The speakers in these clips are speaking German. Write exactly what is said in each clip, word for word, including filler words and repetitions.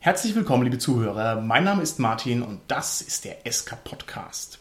Herzlich willkommen, liebe Zuhörer. Mein Name ist Martin und das ist der S K Podcast.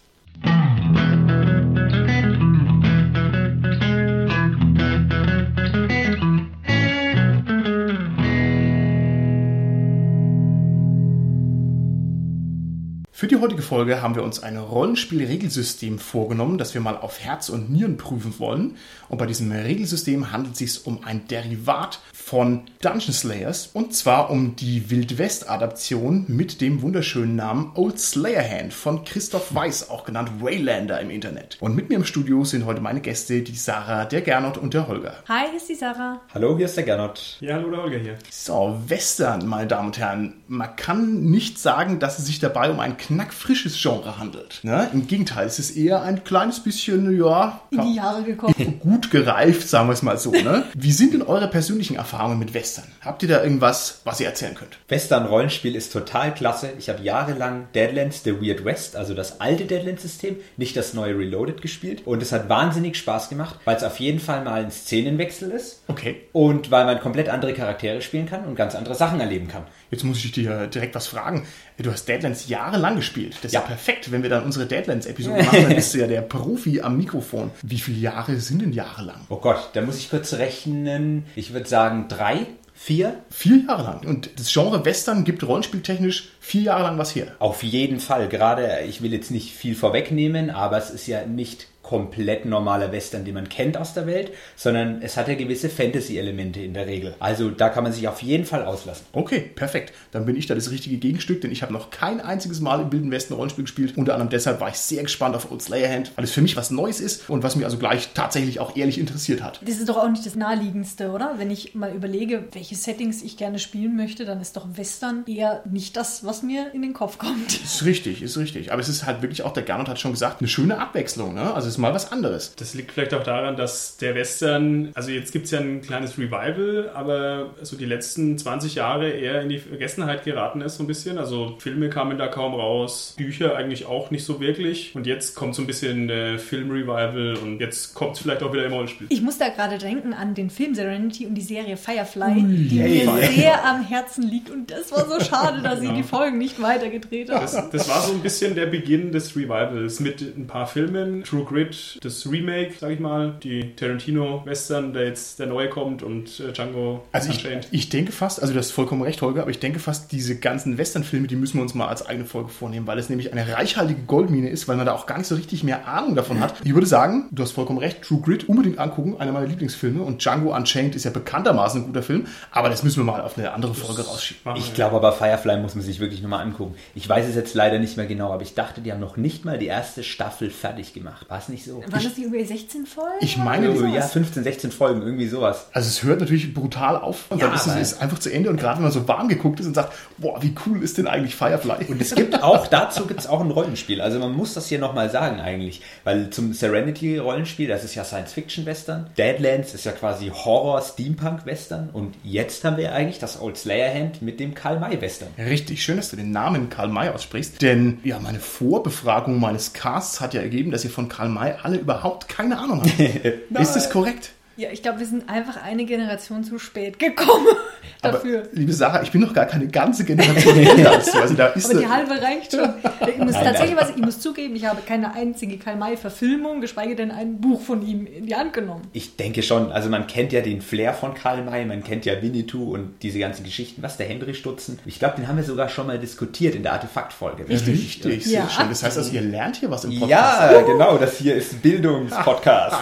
Für die heutige Folge haben wir uns ein Rollenspiel-Regelsystem vorgenommen, das wir mal auf Herz und Nieren prüfen wollen. Und bei diesem Regelsystem handelt es sich um ein Derivat von Dungeon Slayers, und zwar um die Wild-West-Adaption mit dem wunderschönen Namen Old Slayer Hand von Christoph Weiß, auch genannt Waylander im Internet. Und mit mir im Studio sind heute meine Gäste, die Sarah, der Gernot und der Holger. Hi, hier ist die Sarah. Hallo, hier ist der Gernot. Ja, hallo, der Holger hier. So, Western, meine Damen und Herren. Man kann nicht sagen, dass es sich dabei um ein knackfrisches Genre handelt. Ne? Im Gegenteil, es ist eher ein kleines bisschen, ja... in die Jahre gekommen. Gut gereift, sagen wir es mal so. Ne? Wie sind denn eure persönlichen Erfahrungen mit Western? Habt ihr da irgendwas, was ihr erzählen könnt? Western-Rollenspiel ist total klasse. Ich habe jahrelang Deadlands, The Weird West, also das alte Deadlands-System, nicht das neue Reloaded gespielt. Und es hat wahnsinnig Spaß gemacht, weil es auf jeden Fall mal ein Szenenwechsel ist. Okay. Und weil man komplett andere Charaktere spielen kann und ganz andere Sachen erleben kann. Jetzt muss ich dir direkt was fragen. Du hast Deadlands jahrelang gespielt. Das ist ja, ja perfekt. Wenn wir dann unsere Deadlands-Episode machen, dann bist du ja der Profi am Mikrofon. Wie viele Jahre sind denn jahrelang? Oh Gott, da muss ich kurz rechnen. Ich würde sagen drei, vier. Vier Jahre lang. Und das Genre Western gibt rollenspieltechnisch vier Jahre lang was her. Auf jeden Fall. Gerade, ich will jetzt nicht viel vorwegnehmen, aber es ist ja nicht komplett normaler Western, den man kennt aus der Welt, sondern es hat ja gewisse Fantasy-Elemente in der Regel. Also da kann man sich auf jeden Fall auslassen. Okay, perfekt. Dann bin ich da das richtige Gegenstück, denn ich habe noch kein einziges Mal im Wilden Westen Rollenspiel gespielt. Unter anderem deshalb war ich sehr gespannt auf Old Slayer Hand, weil es für mich was Neues ist und was mich also gleich tatsächlich auch ehrlich interessiert hat. Das ist doch auch nicht das Naheliegendste, oder? Wenn ich mal überlege, welche Settings ich gerne spielen möchte, dann ist doch Western eher nicht das, was mir in den Kopf kommt. Ist richtig, ist richtig. Aber es ist halt wirklich auch, der Gernot hat schon gesagt, eine schöne Abwechslung, ne? Also es ist mal was anderes. Das liegt vielleicht auch daran, dass der Western, also jetzt gibt es ja ein kleines Revival, aber so die letzten zwanzig Jahre eher in die Vergessenheit geraten ist so ein bisschen. Also Filme kamen da kaum raus, Bücher eigentlich auch nicht so wirklich. Und jetzt kommt so ein bisschen äh, Film-Revival und jetzt kommt es vielleicht auch wieder im Rollenspiel. Ich muss da gerade denken an den Film Serenity und die Serie Firefly, Ui, die hey, mir hey. sehr am Herzen liegt. Und das war so schade, dass sie die Folgen nicht weitergedreht haben. Das, das war so ein bisschen der Beginn des Revivals mit ein paar Filmen. True Grit, das Remake, sag ich mal, die Tarantino-Western, der jetzt der neue kommt und äh, Django Also ich, ich denke fast, also du hast vollkommen recht, Holger, aber ich denke fast, diese ganzen Western-Filme, die müssen wir uns mal als eigene Folge vornehmen, weil es nämlich eine reichhaltige Goldmine ist, weil man da auch gar nicht so richtig mehr Ahnung davon hat. Ich würde sagen, du hast vollkommen recht, True Grit unbedingt angucken, einer meiner Lieblingsfilme, und Django Unchained ist ja bekanntermaßen ein guter Film, aber das müssen wir mal auf eine andere Folge rausschieben. Ich glaube aber, Firefly muss man sich wirklich nochmal angucken. Ich weiß es jetzt leider nicht mehr genau, aber ich dachte, die haben noch nicht mal die erste Staffel fertig gemacht. War es nicht so? Waren das nicht über sechzehn Folgen? Ich meine, so, ja, fünfzehn, sechzehn Folgen, irgendwie sowas. Also es hört natürlich brutal auf und Ja, dann ist es ist einfach zu Ende, und gerade wenn man so warm geguckt ist und sagt, boah, wie cool ist denn eigentlich Firefly? Und es gibt auch, dazu gibt es auch ein Rollenspiel. Also man muss das hier nochmal sagen eigentlich, weil zum Serenity-Rollenspiel, das ist ja Science-Fiction-Western, Deadlands ist ja quasi Horror-Steampunk-Western, und jetzt haben wir eigentlich das Old Slayer Hand mit dem Karl-May-Western. Richtig, schön, dass du den Namen Karl May aussprichst, denn ja, meine Vorbefragung meines Casts hat ja ergeben, dass ihr von Karl May alle überhaupt keine Ahnung habt. Ist das korrekt? Ja, ich glaube, wir sind einfach eine Generation zu spät gekommen dafür. Aber, liebe Sarah, ich bin noch gar keine ganze Generation älter als du. Also da ist Aber die eine- halbe reicht schon. Ich muss Nein, tatsächlich nein. was, ich muss zugeben, ich habe keine einzige Karl-May-Verfilmung, geschweige denn ein Buch von ihm in die Hand genommen. Ich denke schon, also man kennt ja den Flair von Karl May, man kennt ja Winnetou und diese ganzen Geschichten, was der Henry Stutzen. Ich glaube, den haben wir sogar schon mal diskutiert in der Artefaktfolge. Richtig, sehr Ja. schön. Das heißt also, ihr lernt hier was im Podcast. Ja, genau, das hier ist Bildungspodcast.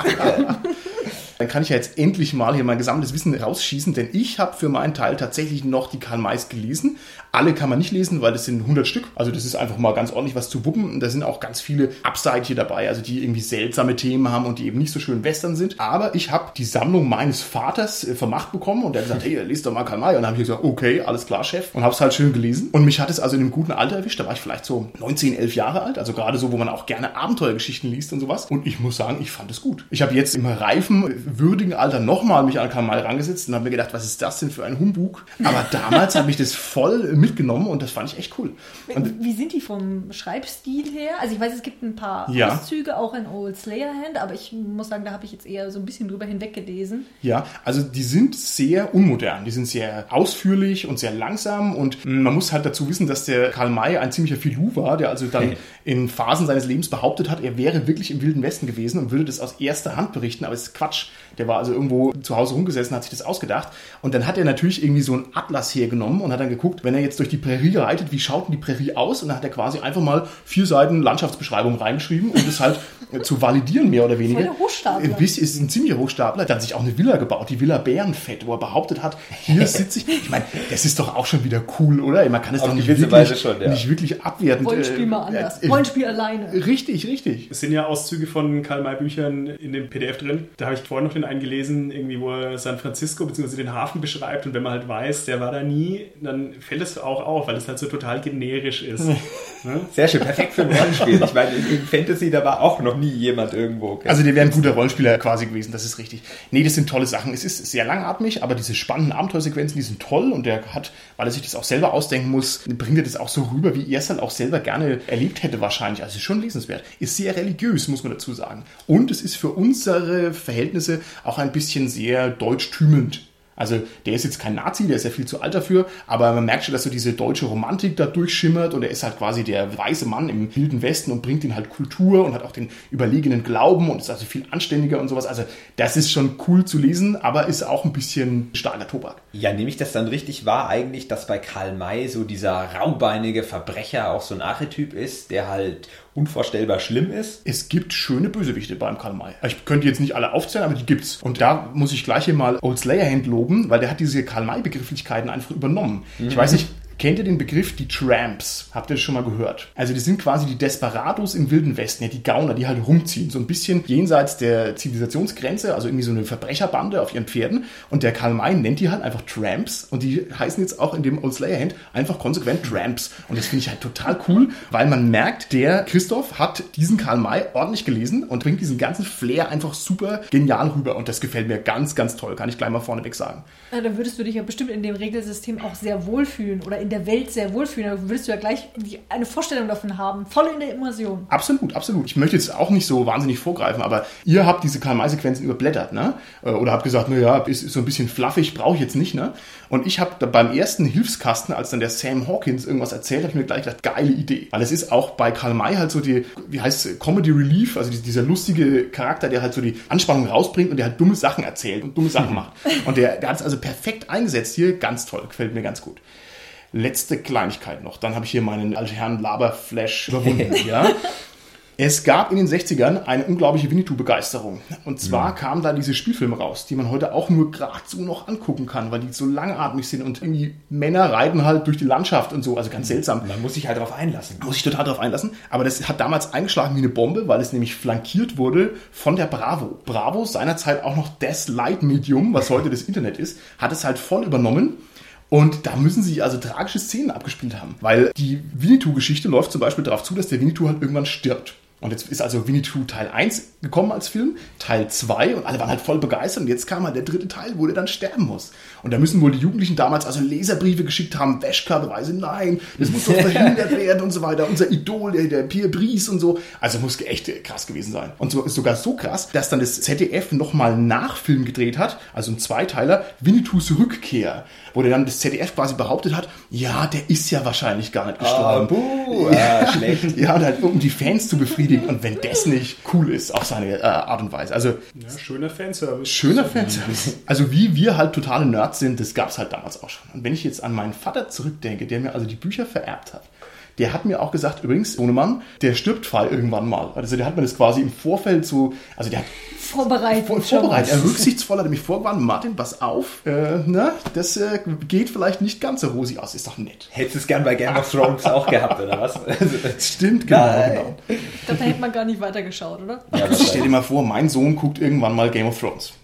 Dann kann ich ja jetzt endlich mal hier mein gesamtes Wissen rausschießen, denn ich habe für meinen Teil tatsächlich noch die Karl Mays gelesen. Alle kann man nicht lesen, weil das sind hundert Stück. Also das ist einfach mal ganz ordentlich was zu wuppen. Und da sind auch ganz viele Upside hier dabei, also die irgendwie seltsame Themen haben und die eben nicht so schön Western sind. Aber ich habe die Sammlung meines Vaters äh, vermacht bekommen und der hat gesagt, hey, lest doch mal Karl May. Und dann habe ich gesagt, okay, alles klar, Chef. Und habe es halt schön gelesen. Und mich hat es also in einem guten Alter erwischt. Da war ich vielleicht so neunzehn, elf Jahre alt. Also gerade so, wo man auch gerne Abenteuergeschichten liest und sowas. Und ich muss sagen, ich fand es gut. Ich habe jetzt im reifen würdigen Alter nochmal mich an Karl May rangesetzt und habe mir gedacht, was ist das denn für ein Humbug? Aber damals habe ich das voll mitgenommen und das fand ich echt cool. Und wie sind die vom Schreibstil her? Also ich weiß, es gibt ein paar ja. Auszüge auch in Old Slayer Hand, aber ich muss sagen, da habe ich jetzt eher so ein bisschen drüber hinweggelesen. Ja, also die sind sehr unmodern. Die sind sehr ausführlich und sehr langsam und man muss halt dazu wissen, dass der Karl May ein ziemlicher Filou war, der also dann in Phasen seines Lebens behauptet hat, er wäre wirklich im Wilden Westen gewesen und würde das aus erster Hand berichten, aber es ist Quatsch. Der war also irgendwo zu Hause rumgesessen, hat sich das ausgedacht und dann hat er natürlich irgendwie so einen Atlas hergenommen und hat dann geguckt, wenn er jetzt durch die Prärie reitet, wie schaut denn die Prärie aus? Und dann hat er quasi einfach mal vier Seiten Landschaftsbeschreibung reingeschrieben, um das halt zu validieren, mehr oder weniger. Voll der Hochstapler. Ein bisschen, ist ein ziemlicher Hochstapler. Dann hat sich auch eine Villa gebaut, die Villa Bärenfett, wo er behauptet hat, hier sitze ich. Ich meine, das ist doch auch schon wieder cool, oder? Man kann es doch nicht wirklich, schon, ja. nicht wirklich abwerten. Rollenspiel mal anders. Äh, Rollenspiel alleine. Richtig, richtig. Es sind ja Auszüge von Karl May Büchern in dem P D F drin. Da habe ich vorhin noch den einen gelesen, irgendwie, wo er San Francisco bzw. den Hafen beschreibt und wenn man halt weiß, der war da nie, dann fällt es auch auf, weil es halt so total generisch ist. Ne? Sehr schön, perfekt für ein Rollenspiel. Ich meine, in Fantasy, da war auch noch nie jemand irgendwo. Okay? Also der wäre ein guter Rollenspieler quasi gewesen, das ist richtig. Nee, das sind tolle Sachen. Es ist sehr langatmig, aber diese spannenden Abenteuersequenzen, die sind toll und der hat, weil er sich das auch selber ausdenken muss, bringt er das auch so rüber, wie er es halt auch selber gerne erlebt hätte wahrscheinlich. Also ist schon lesenswert. Ist sehr religiös, muss man dazu sagen. Und es ist für unsere Verhältnisse auch ein bisschen sehr deutschtümend. Also der ist jetzt kein Nazi, der ist ja viel zu alt dafür, aber man merkt schon, dass so diese deutsche Romantik da durchschimmert und er ist halt quasi der weiße Mann im Wilden Westen und bringt ihm halt Kultur und hat auch den überlegenen Glauben und ist also viel anständiger und sowas. Also das ist schon cool zu lesen, aber ist auch ein bisschen starker Tobak. Ja, nehme ich das dann richtig wahr eigentlich, dass bei Karl May so dieser raubeinige Verbrecher auch so ein Archetyp ist, der halt unvorstellbar schlimm ist? Es gibt schöne Bösewichte beim Karl May. Ich könnte jetzt nicht alle aufzählen, aber die gibt's. Und da muss ich gleich hier mal Old Slayer Hand loben, weil der hat diese Karl May Begrifflichkeiten einfach übernommen. Mhm. Ich weiß nicht, kennt ihr den Begriff die Tramps? Habt ihr das schon mal gehört? Also die sind quasi die Desperados im Wilden Westen, ja, die Gauner, die halt rumziehen, so ein bisschen jenseits der Zivilisationsgrenze, also irgendwie so eine Verbrecherbande auf ihren Pferden. Und der Karl May nennt die halt einfach Tramps und die heißen jetzt auch in dem Old Slayer Hand einfach konsequent Tramps. Und das finde ich halt total cool, weil man merkt, der Christoph hat diesen Karl May ordentlich gelesen und bringt diesen ganzen Flair einfach super genial rüber. Und das gefällt mir ganz, ganz toll, kann ich gleich mal vorneweg sagen. Ja, dann würdest du dich ja bestimmt in dem Regelsystem auch sehr wohlfühlen oder in der Welt sehr wohlfühlen. Da würdest du ja gleich eine Vorstellung davon haben. Voll in der Immersion. Absolut, absolut. Ich möchte jetzt auch nicht so wahnsinnig vorgreifen, aber ihr habt diese Karl-May-Sequenzen überblättert, ne? Oder habt gesagt, naja, ist so ein bisschen fluffig, brauche ich jetzt nicht, ne? Und ich habe beim ersten Hilfskasten, als dann der Sam Hawkins irgendwas erzählt, habe ich mir gleich gedacht, geile Idee. Weil es ist auch bei Karl May halt so die, wie heißt es, Comedy Relief, also dieser lustige Charakter, der halt so die Anspannung rausbringt und der halt dumme Sachen erzählt und dumme Sachen macht. Und der, der hat es also perfekt eingesetzt hier, ganz toll, gefällt mir ganz gut. Letzte Kleinigkeit noch, dann habe ich hier meinen altherren Laberflash überwunden. Ja. Es gab in den sechzigern eine unglaubliche Winnetou-Begeisterung. Und zwar ja. kamen da diese Spielfilme raus, die man heute auch nur gerade so noch angucken kann, weil die so langatmig sind und irgendwie Männer reiten halt durch die Landschaft und so, also ganz seltsam. Man muss sich halt darauf einlassen. Muss sich total darauf einlassen, aber das hat damals eingeschlagen wie eine Bombe, weil es nämlich flankiert wurde von der Bravo. Bravo, seinerzeit auch noch das Leitmedium, was heute das Internet ist, hat es halt voll übernommen. Und da müssen sich also tragische Szenen abgespielt haben, weil die Winnetou-Geschichte läuft zum Beispiel darauf zu, dass der Winnetou halt irgendwann stirbt. Und jetzt ist also Winnetou Teil eins gekommen als Film, Teil zwei und alle waren halt voll begeistert und jetzt kam halt der dritte Teil, wo der dann sterben muss. Und da müssen wohl die Jugendlichen damals also Leserbriefe geschickt haben, Wäschkörbeweise, nein, das muss doch verhindert werden und so weiter. Unser Idol, der, der Pierre Brice und so. Also muss echt krass gewesen sein. Und so ist sogar so krass, dass dann das Z D F nochmal einen Nachfilm gedreht hat, also ein Zweiteiler, Winnetous Rückkehr, wo der dann das Z D F quasi behauptet hat, ja, der ist ja wahrscheinlich gar nicht gestorben. Oh, buh, ah, schlecht. Ja, und halt, um die Fans zu befriedigen. Und wenn das nicht cool ist, auf seine äh, Art und Weise. Also, ja, schöner Fanservice. Schöner Fanservice. Also wie wir halt totale Nerds sind, das gab es halt damals auch schon. Und wenn ich jetzt an meinen Vater zurückdenke, der mir also die Bücher vererbt hat, der hat mir auch gesagt, übrigens, Sohnemann, der stirbt frei irgendwann mal. Also der hat mir das quasi im Vorfeld so, also der hat vorbereitet. Vor, vorbereitet. Er rücksichtsvoll hat er mich vorgewarnt, Martin, pass auf, äh, ne, das äh, geht vielleicht nicht ganz so rosig aus, ist doch nett. Hättest du es gern bei Game of Thrones auch gehabt, oder was? Stimmt, genau, Nein. genau. Ich glaube, da hätte man gar nicht weitergeschaut, oder? Ja, stell dir mal vor, mein Sohn guckt irgendwann mal Game of Thrones.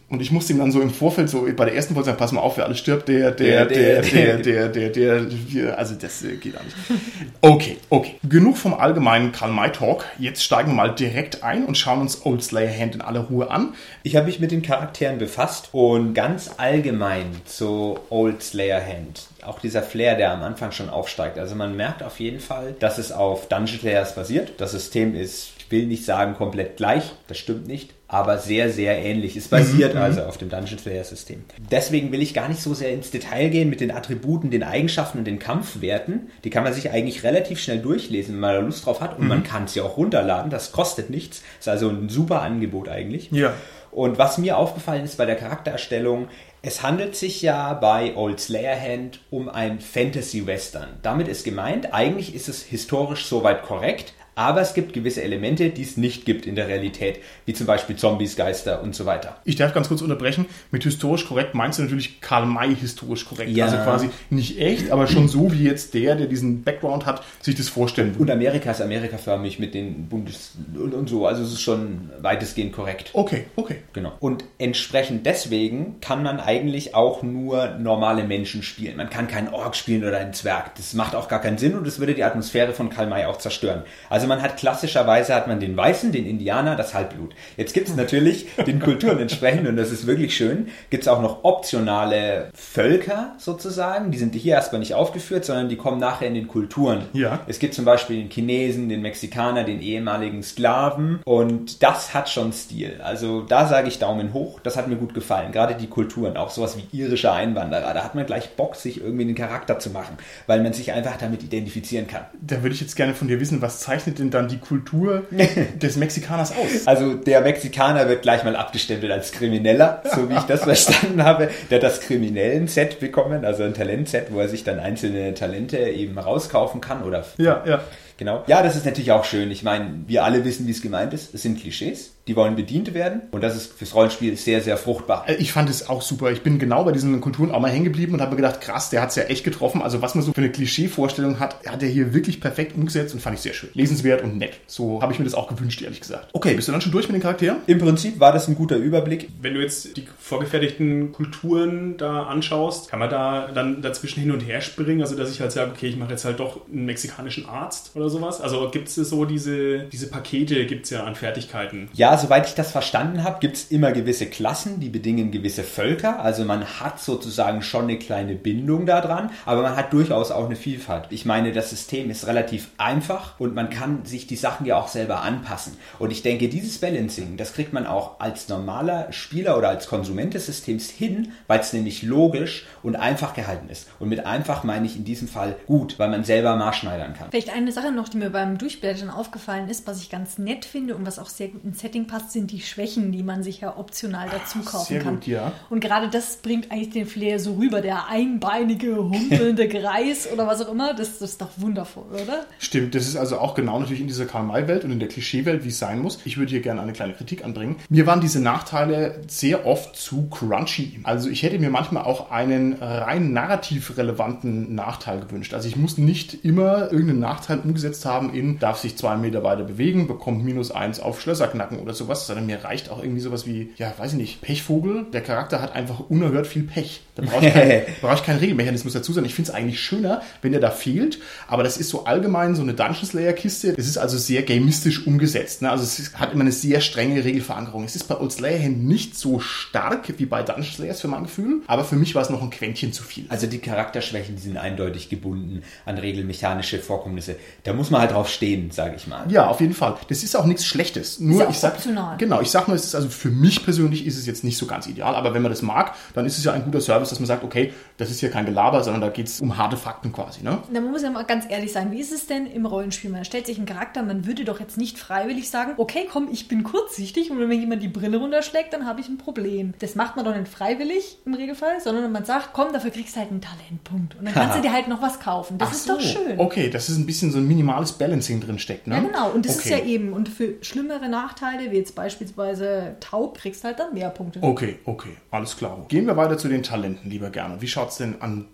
Und ich musste ihm dann so im Vorfeld, so bei der ersten Folge sagen, pass mal auf, wer alles stirbt, der, der, der, der, der, der, der, der, also das geht auch nicht. Okay, okay. Genug vom allgemeinen Karl-May-Talk. Jetzt steigen wir mal direkt ein und schauen uns Old Slayer Hand in aller Ruhe an. Ich habe mich mit den Charakteren befasst und ganz allgemein zu Old Slayer Hand. Auch dieser Flair, der am Anfang schon aufsteigt. Also man merkt auf jeden Fall, dass es auf Dungeon Slayers basiert. Das System ist, ich will nicht sagen komplett gleich, das stimmt nicht, aber sehr, sehr ähnlich. Es basiert mhm. also auf dem Dungeon Slayers System. Deswegen will ich gar nicht so sehr ins Detail gehen mit den Attributen, den Eigenschaften und den Kampfwerten. Die kann man sich eigentlich relativ schnell durchlesen, wenn man da Lust drauf hat. Und mhm. man kann es ja auch runterladen, das kostet nichts. Ist also ein super Angebot eigentlich. Ja. Und was mir aufgefallen ist bei der Charaktererstellung, es handelt sich ja bei Old Slayer Hand um ein Fantasy-Western. Damit ist gemeint, eigentlich ist es historisch soweit korrekt, aber es gibt gewisse Elemente, die es nicht gibt in der Realität, wie zum Beispiel Zombies, Geister und so weiter. Ich darf ganz kurz unterbrechen. Mit historisch korrekt meinst du natürlich Karl May historisch korrekt. Ja. Also quasi nicht echt, aber schon so, wie jetzt der, der diesen Background hat, sich das vorstellen würde. Und Amerika ist amerikaförmig mit den Bundes... und, und so. Also es ist schon weitestgehend korrekt. Okay, okay. Genau. Und entsprechend deswegen kann man eigentlich auch nur normale Menschen spielen. Man kann keinen Ork spielen oder einen Zwerg. Das macht auch gar keinen Sinn und das würde die Atmosphäre von Karl May auch zerstören. Also man hat klassischerweise hat man den Weißen, den Indianer, das Halbblut. Jetzt gibt es natürlich den Kulturen entsprechend, und das ist wirklich schön, gibt es auch noch optionale Völker sozusagen. Die sind hier erstmal nicht aufgeführt, sondern die kommen nachher in den Kulturen. Ja. Es gibt zum Beispiel den Chinesen, den Mexikaner, den ehemaligen Sklaven, und das hat schon Stil. Also da sage ich Daumen hoch, das hat mir gut gefallen. Gerade die Kulturen, auch sowas wie irische Einwanderer, da hat man gleich Bock, sich irgendwie einen Charakter zu machen, weil man sich einfach damit identifizieren kann. Da würde ich jetzt gerne von dir wissen, was zeichnet denn dann die Kultur des Mexikaners aus? Also der Mexikaner wird gleich mal abgestempelt als Krimineller, so wie ich das verstanden habe. Der hat das Kriminellen-Set bekommen, also ein Talent-Set, wo er sich dann einzelne Talente eben rauskaufen kann. Oder ja, ja. Genau. Ja, das ist natürlich auch schön. Ich meine, wir alle wissen, wie es gemeint ist. Es sind Klischees, die wollen bedient werden, und das ist fürs Rollenspiel sehr, sehr fruchtbar. Ich fand es auch super. Ich bin genau bei diesen Kulturen auch mal hängen geblieben und habe mir gedacht, krass, der hat es ja echt getroffen. Also was man so für eine Klischee-Vorstellung hat, hat er hier wirklich perfekt umgesetzt und fand ich sehr schön. Lesenswert und nett. So habe ich mir das auch gewünscht, ehrlich gesagt. Okay, bist du dann schon durch mit den Charakteren? Im Prinzip war das ein guter Überblick. Wenn du jetzt die vorgefertigten Kulturen da anschaust, kann man da dann dazwischen hin und her springen? Also dass ich halt sage, okay, ich mache jetzt halt doch einen mexikanischen Arzt oder sowas. Also gibt es so diese, diese Pakete, gibt es ja an Fertigkeiten? Ja, soweit ich das verstanden habe, gibt es immer gewisse Klassen, die bedingen gewisse Völker. Also man hat sozusagen schon eine kleine Bindung daran, aber man hat durchaus auch eine Vielfalt. Ich meine, das System ist relativ einfach und man kann sich die Sachen ja auch selber anpassen. Und ich denke, dieses Balancing, das kriegt man auch als normaler Spieler oder als Konsument des Systems hin, weil es nämlich logisch und einfach gehalten ist. Und mit einfach meine ich in diesem Fall gut, weil man selber maßschneidern kann. Vielleicht eine Sache noch, die mir beim Durchblättern aufgefallen ist, was ich ganz nett finde und was auch sehr gut ins Setting passt, sind die Schwächen, die man sich ja optional dazu kaufen sehr kann. Gut, ja. Und gerade das bringt eigentlich den Flair so rüber, der einbeinige, humpelnde Greis oder was auch immer, das, das ist doch wundervoll, oder? Stimmt, das ist also auch genau natürlich in dieser Karl-May-Welt und in der Klischee-Welt, wie es sein muss. Ich würde hier gerne eine kleine Kritik anbringen. Mir waren diese Nachteile sehr oft zu crunchy. Also ich hätte mir manchmal auch einen rein narrativ relevanten Nachteil gewünscht. Also ich muss nicht immer irgendeinen Nachteil umgesetzt haben in, darf sich zwei Meter weiter bewegen, bekommt minus eins auf Schlösser knacken oder sowas, sondern mir reicht auch irgendwie sowas wie, ja, weiß ich nicht, Pechvogel. Der Charakter hat einfach unerhört viel Pech. Da brauche ich, kein, brauch ich keinen Regelmechanismus dazu sein. Ich finde es eigentlich schöner, wenn der da fehlt, aber das ist so allgemein so eine Dungeon Slayer-Kiste. Das ist also sehr gamistisch umgesetzt. Ne? Also es hat immer eine sehr strenge Regelverankerung. Es ist bei Old Slayer Hand nicht so stark wie bei Dungeon Slayers für mein Gefühl, aber für mich war es noch ein Quäntchen zu viel. Also die Charakterschwächen, die sind eindeutig gebunden an regelmechanische Vorkommnisse. Da muss man halt drauf stehen, sage ich mal. Ja, auf jeden Fall. Das ist auch nichts Schlechtes. Nur, ist ja auch ich sag, optional. Genau, ich sag nur, es ist also für mich persönlich ist es jetzt nicht so ganz ideal, aber wenn man das mag, dann ist es ja ein guter Service, dass man sagt, okay, das ist hier kein Gelaber, sondern da geht es um harte Fakten quasi. Ne? Da muss ja mal ganz ehrlich sein, wie ist es denn im Rollenspiel? Man stellt sich einen Charakter, man würde doch jetzt nicht freiwillig sagen, okay, komm, ich bin kurzsichtig und wenn mir jemand die Brille runterschlägt, dann habe ich ein Problem. Das macht man doch nicht freiwillig im Regelfall, sondern man sagt, komm, dafür kriegst du halt einen Talentpunkt und dann kannst du dir halt noch was kaufen. Das Ach ist so. doch schön. Okay, das ist ein bisschen so ein minimales Balancing drin steckt, ne? Ja, genau. Und das okay. ist ja eben, und für schlimmere Nachteile, wie jetzt beispielsweise taub, kriegst du halt dann mehr Punkte. Okay, okay, alles klar. Gehen wir weiter zu den Talenten, lieber Gernot. Wie schaut es denn an der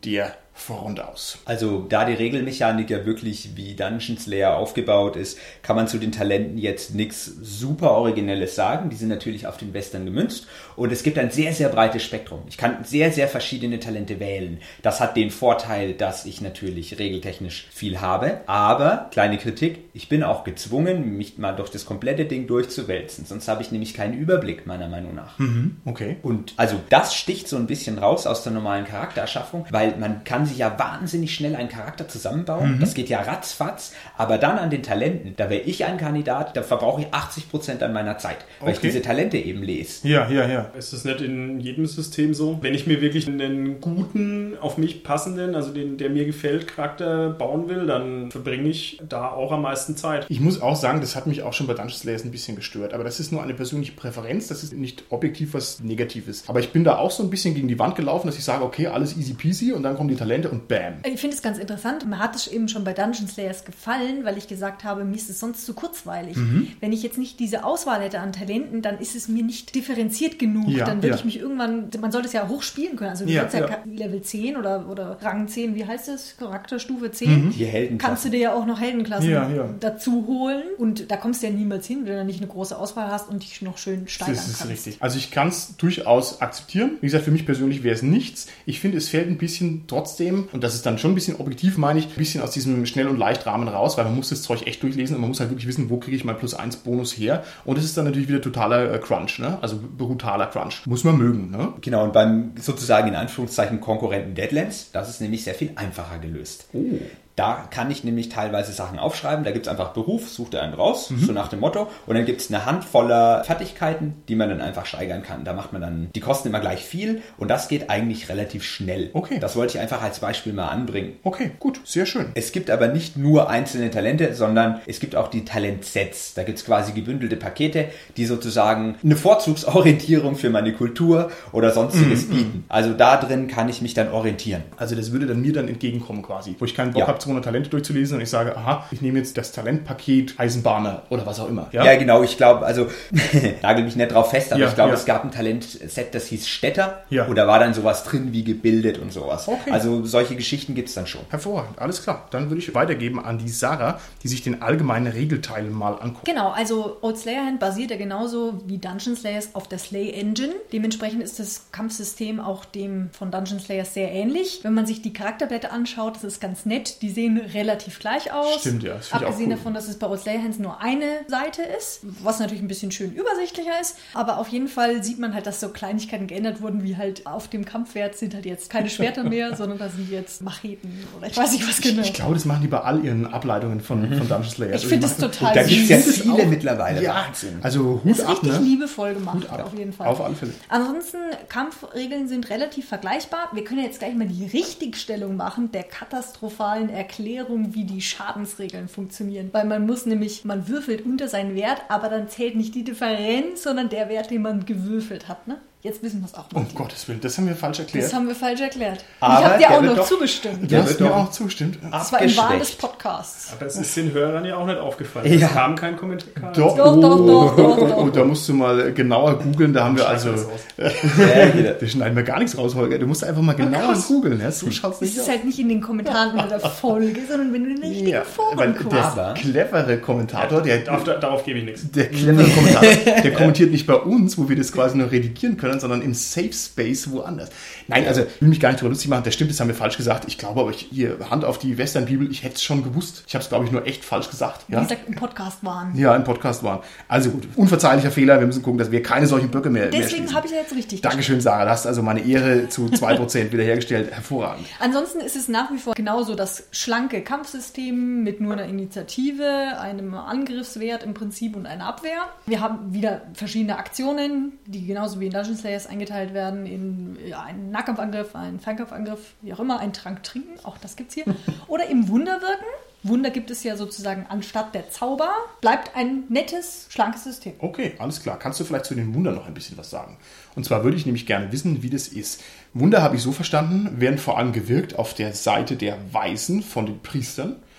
voraus. Also da die Regelmechanik ja wirklich wie Dungeon Slayer aufgebaut ist, kann man zu den Talenten jetzt nichts super Originelles sagen. Die sind natürlich auf den Western gemünzt und es gibt ein sehr, sehr breites Spektrum. Ich kann sehr, sehr verschiedene Talente wählen. Das hat den Vorteil, dass ich natürlich regeltechnisch viel habe, aber, kleine Kritik, ich bin auch gezwungen, mich mal durch das komplette Ding durchzuwälzen, sonst habe ich nämlich keinen Überblick, meiner Meinung nach. Mhm, okay. Und also das sticht so ein bisschen raus aus der normalen Charaktererschaffung, weil man kann sich ja wahnsinnig schnell einen Charakter zusammenbauen. Mhm. Das geht ja ratzfatz. Aber dann an den Talenten, da wäre ich ein Kandidat, da verbrauche ich achtzig Prozent an meiner Zeit, weil okay. ich diese Talente eben lese. Ja, ja, ja. Ist das nicht in jedem System so? Wenn ich mir wirklich einen guten, auf mich passenden, also den, der mir gefällt, Charakter bauen will, dann verbringe ich da auch am meisten Zeit. Ich muss auch sagen, das hat mich auch schon bei Dungeon Slayer ein bisschen gestört. Aber das ist nur eine persönliche Präferenz. Das ist nicht objektiv was Negatives. Aber ich bin da auch so ein bisschen gegen die Wand gelaufen, dass ich sage, okay, alles easy peasy und dann kommen die Talente und bam. Ich finde es ganz interessant. Mir hat es eben schon bei Dungeon Slayers gefallen, weil ich gesagt habe, mir ist es sonst zu kurzweilig. Mhm. Wenn ich jetzt nicht diese Auswahl hätte an Talenten, dann ist es mir nicht differenziert genug. Ja, dann würde ja. ich mich irgendwann, man sollte es ja hoch spielen können. Also du ja, kannst ja, ja Level zehn oder, oder Rang zehn, wie heißt das? Charakterstufe zehn. Mhm. Die Heldenklassen. Kannst du dir ja auch noch Heldenklassen ja, ja. dazu holen. Und da kommst du ja niemals hin, wenn du nicht eine große Auswahl hast und dich noch schön steigern kannst. Das ist richtig. Also ich kann es durchaus akzeptieren. Wie gesagt, für mich persönlich wäre es nichts. Ich finde, es fällt ein bisschen trotzdem, und das ist dann schon ein bisschen objektiv, meine ich, ein bisschen aus diesem Schnell- und Leicht-Rahmen raus, weil man muss das Zeug echt durchlesen und man muss halt wirklich wissen, wo kriege ich mein Plus eins Bonus her. Und es ist dann natürlich wieder totaler Crunch, ne? Also brutaler Crunch. Muss man mögen, ne? Genau, und beim sozusagen in Anführungszeichen Konkurrenten Deadlands, das ist nämlich sehr viel einfacher gelöst. Oh. Da kann ich nämlich teilweise Sachen aufschreiben. Da gibt es einfach Beruf, sucht er einen raus, Mhm. so nach dem Motto. Und dann gibt es eine Handvoller Fertigkeiten, die man dann einfach steigern kann. Da macht man dann, die kosten immer gleich viel und das geht eigentlich relativ schnell. Okay. Das wollte ich einfach als Beispiel mal anbringen. Okay, gut, sehr schön. Es gibt aber nicht nur einzelne Talente, sondern es gibt auch die Talentsets. Da gibt es quasi gebündelte Pakete, die sozusagen eine Vorzugsorientierung für meine Kultur oder sonstiges Mhm. bieten. Also da drin kann ich mich dann orientieren. Also das würde dann mir dann entgegenkommen quasi, wo ich keinen Bock Ja. habe, zweihundert Talente durchzulesen und ich sage, aha, ich nehme jetzt das Talentpaket Eisenbahner oder was auch immer. Ja, Ja, genau, ich glaube, also nagel mich nicht drauf fest, aber Ja, ich glaube, ja. es gab ein Talentset, das hieß Städter Ja. und da war dann sowas drin wie gebildet und sowas. Okay. Also solche Geschichten gibt es dann schon. Hervorragend, alles klar. Dann würde ich weitergeben an die Sarah, die sich den allgemeinen Regelteil mal anguckt. Genau, also Old Slayer Hand basiert ja genauso wie Dungeon Slayers auf der Slay Engine. Dementsprechend ist das Kampfsystem auch dem von Dungeon Slayers sehr ähnlich. Wenn man sich die Charakterblätter anschaut, das ist ganz nett. Die sehen relativ gleich aus. Stimmt, ja. Das finde ich Abgesehen auch cool. davon, dass es bei Old Slayer Hands nur eine Seite ist, was natürlich ein bisschen schön übersichtlicher ist. Aber auf jeden Fall sieht man halt, dass so Kleinigkeiten geändert wurden, wie halt auf dem Kampfwert sind halt jetzt keine Schwerter mehr, sondern da sind jetzt Macheten oder ich weiß nicht was genau. Ich, ich glaube, das machen die bei all ihren Ableitungen von, von Dungeon Slayer. Ich finde es total Da süß. gibt es ja Das ist viele auch- mittlerweile. Ja, Wahnsinn. also Hut Ist ab, richtig ne? liebevoll gemacht, Hut ab. auf jeden Fall. Auf alle Fälle. Ansonsten, Kampfregeln sind relativ vergleichbar. Wir können ja jetzt gleich mal die Richtigstellung machen der katastrophalen Erklärung, wie die Schadensregeln funktionieren. Weil man muss nämlich, man würfelt unter seinen Wert, aber dann zählt nicht die Differenz, sondern der Wert, den man gewürfelt hat. Ne? Jetzt wissen wir es auch. Um Gottes Willen, das haben wir falsch erklärt. Das haben wir falsch erklärt. Aber ich habe dir der auch wird noch doch- zugestimmt. Du Der hast wird mir doch auch zustimmt. Das war im Wahn des abgeschwächt. Podcasts. Aber es ist den Hörern ja auch nicht aufgefallen. Ja. Es kam kein Kommentar. Doch, Doch, doch, doch, doch, doch. Oh, da musst du mal genauer googeln. Da haben wir also... Schneiden wir das Ja, jeder. Da schneiden wir gar nichts raus, Holger. Du musst einfach mal genauer krass. googeln. Ja? So schaut's Es nicht ist aus. halt nicht in den Kommentaren unter der Folge, sondern wenn du in den richtigen Ja, weil Foren der guckst. Aber- clevere Kommentator, der, Darauf, darauf gebe ich nichts. der clevere Kommentator, der kommentiert nicht bei uns, wo wir das quasi nur redigieren können, sondern im Safe Space woanders. Nein, also ich will mich gar nicht drüber lustig machen. Das stimmt, das haben wir falsch gesagt. Ich glaube aber, ich, hier, Hand auf die Western-Bibel, ich hätte es schon gewusst. Ich habe es, glaube ich, nur echt falsch gesagt. Wie Ja? gesagt, im Podcast waren. Ja, im Podcast waren. Also gut, unverzeihlicher Fehler. Wir müssen gucken, dass wir keine solchen Böcke mehr, mehr Deswegen schließen. habe ich ja jetzt richtig Dankeschön, Sarah. Du hast also meine Ehre zu zwei Prozent wiederhergestellt. Hervorragend. Ansonsten ist es nach wie vor genauso das schlanke Kampfsystem mit nur einer Initiative, einem Angriffswert im Prinzip und einer Abwehr. Wir haben wieder verschiedene Aktionen, die genauso wie in Dungeon Slayers eingeteilt werden in ja, einen Nahkampfangriff, einen Fernkampfangriff, wie auch immer, einen Trank trinken, auch das gibt's hier. Oder im Wunderwirken. Wunder gibt es ja sozusagen anstatt der Zauber. Bleibt ein nettes, schlankes System. Okay, alles klar. Kannst du vielleicht zu den Wundern noch ein bisschen was sagen? Und zwar würde ich nämlich gerne wissen, wie das ist. Wunder, habe ich so verstanden, werden vor allem gewirkt auf der Seite der Weisen von den Priestern.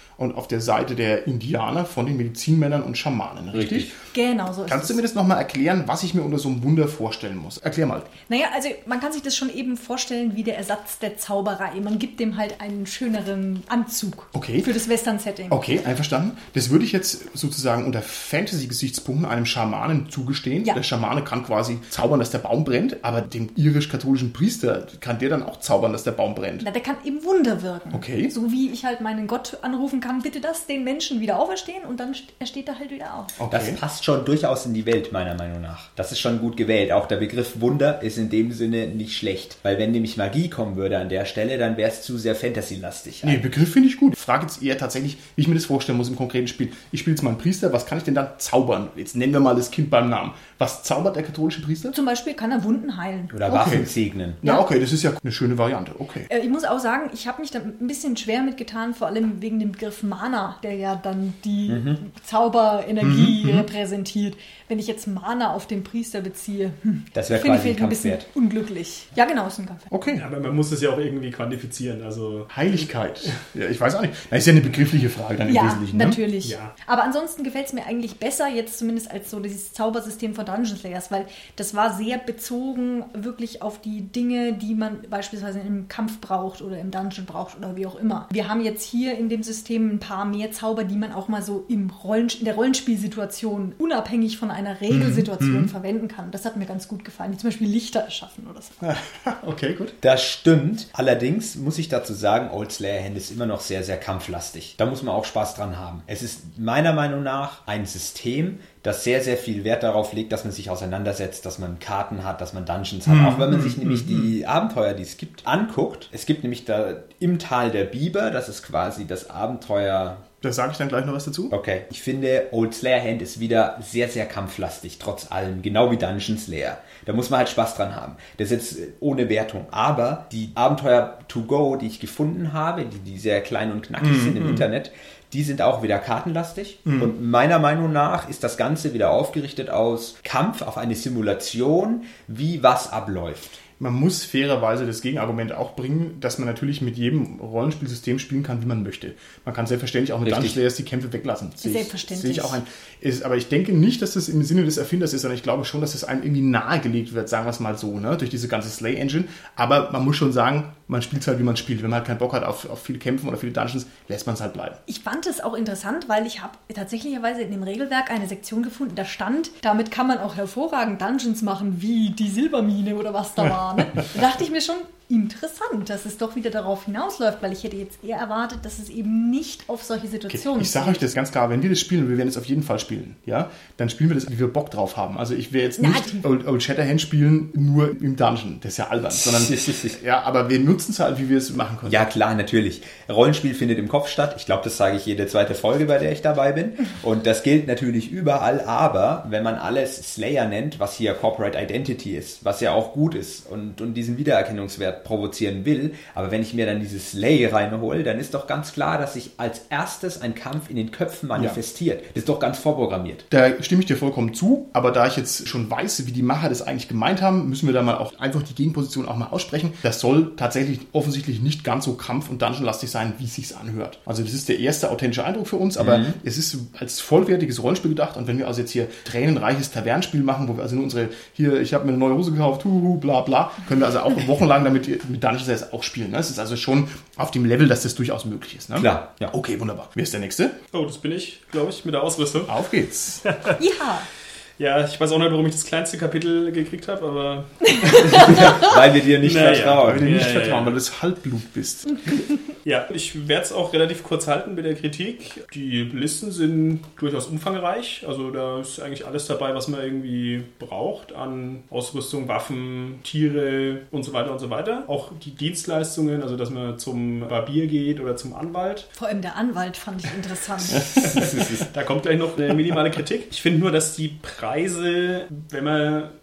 und auf der Seite der Indianer von den Medizinmännern und Schamanen, richtig? Richtig. Genau, so ist Kannst es. du mir das nochmal erklären, was ich mir unter so einem Wunder vorstellen muss? Erklär mal. Naja, also man kann sich das schon eben vorstellen wie der Ersatz der Zauberei. Man gibt dem halt einen schöneren Anzug Okay. für das Western-Setting. Okay, einverstanden. Das würde ich jetzt sozusagen unter Fantasy-Gesichtspunkten einem Schamanen zugestehen. Ja. Der Schamane kann quasi zaubern, dass der Baum brennt, aber dem irisch-katholischen Priester kann der dann auch zaubern, dass der Baum brennt. Na, der kann eben Wunder wirken. Okay. So wie ich halt meinen Gott anrufen kann, bitte das den Menschen wieder auferstehen und dann er steht er halt wieder auf. Okay. Das passt schon durchaus in die Welt, meiner Meinung nach. Das ist schon gut gewählt. Auch der Begriff Wunder ist in dem Sinne nicht schlecht. Weil wenn nämlich Magie kommen würde an der Stelle, dann wäre es zu sehr Fantasy-lastig. Nee, Begriff finde ich gut. Ich frage jetzt eher tatsächlich, wie ich mir das vorstellen muss im konkreten Spiel. Ich spiele jetzt mal einen Priester, was kann ich denn dann zaubern? Jetzt nennen wir mal das Kind beim Namen. Was zaubert der katholische Priester? Zum Beispiel kann er Wunden heilen. Oder Okay. Waffen segnen. Ja, okay, das ist ja eine schöne Variante. Okay. Äh, Ich muss auch sagen, ich habe mich da ein bisschen schwer mitgetan, vor allem wegen dem Begriff Mana, der ja dann die Mhm. Zauberenergie repräsentiert. Wenn ich jetzt Mana auf den Priester beziehe, hm, Das wäre finde quasi ich ein ein bisschen Kampfwert. unglücklich. Ja, genau, ist ein Kampf. Okay. Ja, aber man muss es ja auch irgendwie quantifizieren. Also Heiligkeit. Ja, ich weiß auch nicht. Das ist ja eine begriffliche Frage dann im Ja, Wesentlichen. Ne? natürlich. Ja. Aber ansonsten gefällt es mir eigentlich besser, jetzt zumindest als so dieses Zaubersystem von Dungeon Slayers, weil das war sehr bezogen wirklich auf die Dinge, die man beispielsweise im Kampf braucht oder im Dungeon braucht oder wie auch immer. Wir haben jetzt hier in dem System ein paar mehr Zauber, die man auch mal so im Rollen, in der Rollenspielsituation unabhängig von einer Regelsituation verwenden kann. Das hat mir ganz gut gefallen, wie zum Beispiel Lichter erschaffen oder so. Okay, gut. Das stimmt. Allerdings muss ich dazu sagen, Old Slayer Hand ist immer noch sehr, sehr kampflastig. Da muss man auch Spaß dran haben. Es ist meiner Meinung nach ein System, das sehr, sehr viel Wert darauf legt, dass man sich auseinandersetzt, dass man Karten hat, dass man Dungeons hat. Auch wenn man sich nämlich die Abenteuer, die es gibt, anguckt. Es gibt nämlich da im Tal der Biber, das ist quasi das Abenteuer. Da sage ich dann gleich noch was dazu. Okay, ich finde, Old Slayer Hand ist wieder sehr, sehr kampflastig, trotz allem, genau wie Dungeon Slayer. Da muss man halt Spaß dran haben. Das ist jetzt ohne Wertung. Aber die Abenteuer to go, die ich gefunden habe, die, die sehr klein und knackig sind im Internet, die sind auch wieder kartenlastig. Und meiner Meinung nach ist das Ganze wieder aufgerichtet aus Kampf auf eine Simulation, wie was abläuft. Man muss fairerweise das Gegenargument auch bringen, dass man natürlich mit jedem Rollenspielsystem spielen kann, wie man möchte. Man kann selbstverständlich auch mit Richtig. Dungeon Slayers die Kämpfe weglassen. Sehe ich- Selbstverständlich. Sehe ich auch ein. Ist, aber ich denke nicht, dass das im Sinne des Erfinders ist, sondern ich glaube schon, dass es einem irgendwie nahegelegt wird, sagen wir es mal so, ne, durch diese ganze Slay-Engine. Aber man muss schon sagen, man spielt es halt, wie man spielt. Wenn man halt keinen Bock hat auf, auf viele Kämpfen oder viele Dungeons, lässt man es halt bleiben. Ich fand es auch interessant, weil ich habe tatsächlicherweise in dem Regelwerk eine Sektion gefunden, da stand, damit kann man auch hervorragend Dungeons machen, wie die Silbermine oder was da war. Ne? Da dachte ich mir schon, interessant, dass es doch wieder darauf hinausläuft, weil ich hätte jetzt eher erwartet, dass es eben nicht auf solche Okay. Situationen Ich sage euch das ganz klar, wenn wir das spielen, wir werden es auf jeden Fall spielen, ja, dann spielen wir das, wie wir Bock drauf haben. Also ich werde jetzt Na, nicht die- Old, Old Shatterhand spielen, nur im Dungeon. Das ist ja albern. Sondern, ja, aber wir nutzen es halt, wie wir es machen können. Ja, klar, natürlich. Rollenspiel findet im Kopf statt. Ich glaube, das sage ich jede zweite Folge, bei der ich dabei bin. Und das gilt natürlich überall. Aber wenn man alles Slayer nennt, was hier Corporate Identity ist, was ja auch gut ist und, und diesen Wiedererkennungswert provozieren will, aber wenn ich mir dann dieses Slay reinhole, dann ist doch ganz klar, dass sich als erstes ein Kampf in den Köpfen manifestiert. Das ist doch ganz vorprogrammiert. Da stimme ich dir vollkommen zu, aber da ich jetzt schon weiß, wie die Macher das eigentlich gemeint haben, müssen wir da mal auch einfach die Gegenposition auch mal aussprechen. Das soll tatsächlich offensichtlich nicht ganz so kampf- und dungeonlastig sein, wie es sich anhört. Also das ist der erste authentische Eindruck für uns, aber Mhm. es ist als vollwertiges Rollenspiel gedacht und wenn wir also jetzt hier tränenreiches Tavernenspiel machen, wo wir also nur unsere, hier, ich habe mir eine neue Hose gekauft, huhu, bla bla, können wir also auch wochenlang damit mit Dungeons Slayers auch spielen. Ne? Es ist also schon auf dem Level, dass das durchaus möglich ist. Ne? Klar, ja. Okay, wunderbar. Wer ist der Nächste? Oh, das bin ich, glaube ich, mit der Ausrüstung. Auf geht's. Ja, Ja, ich weiß auch nicht, warum ich das kleinste Kapitel gekriegt habe, aber Weil wir dir nicht Naja. Weil vertrauen. wir dir nicht Ja, ja, vertrauen, ja. weil du das Halbblut bist. ja, ich werde es auch relativ kurz halten mit der Kritik. Die Listen sind durchaus umfangreich, also da ist eigentlich alles dabei, was man irgendwie braucht an Ausrüstung, Waffen, Tiere und so weiter und so weiter. Auch die Dienstleistungen, also dass man zum Barbier geht oder zum Anwalt. vor allem der Anwalt fand ich interessant. Da kommt gleich noch eine minimale Kritik. Ich finde nur, dass die Preise, wenn man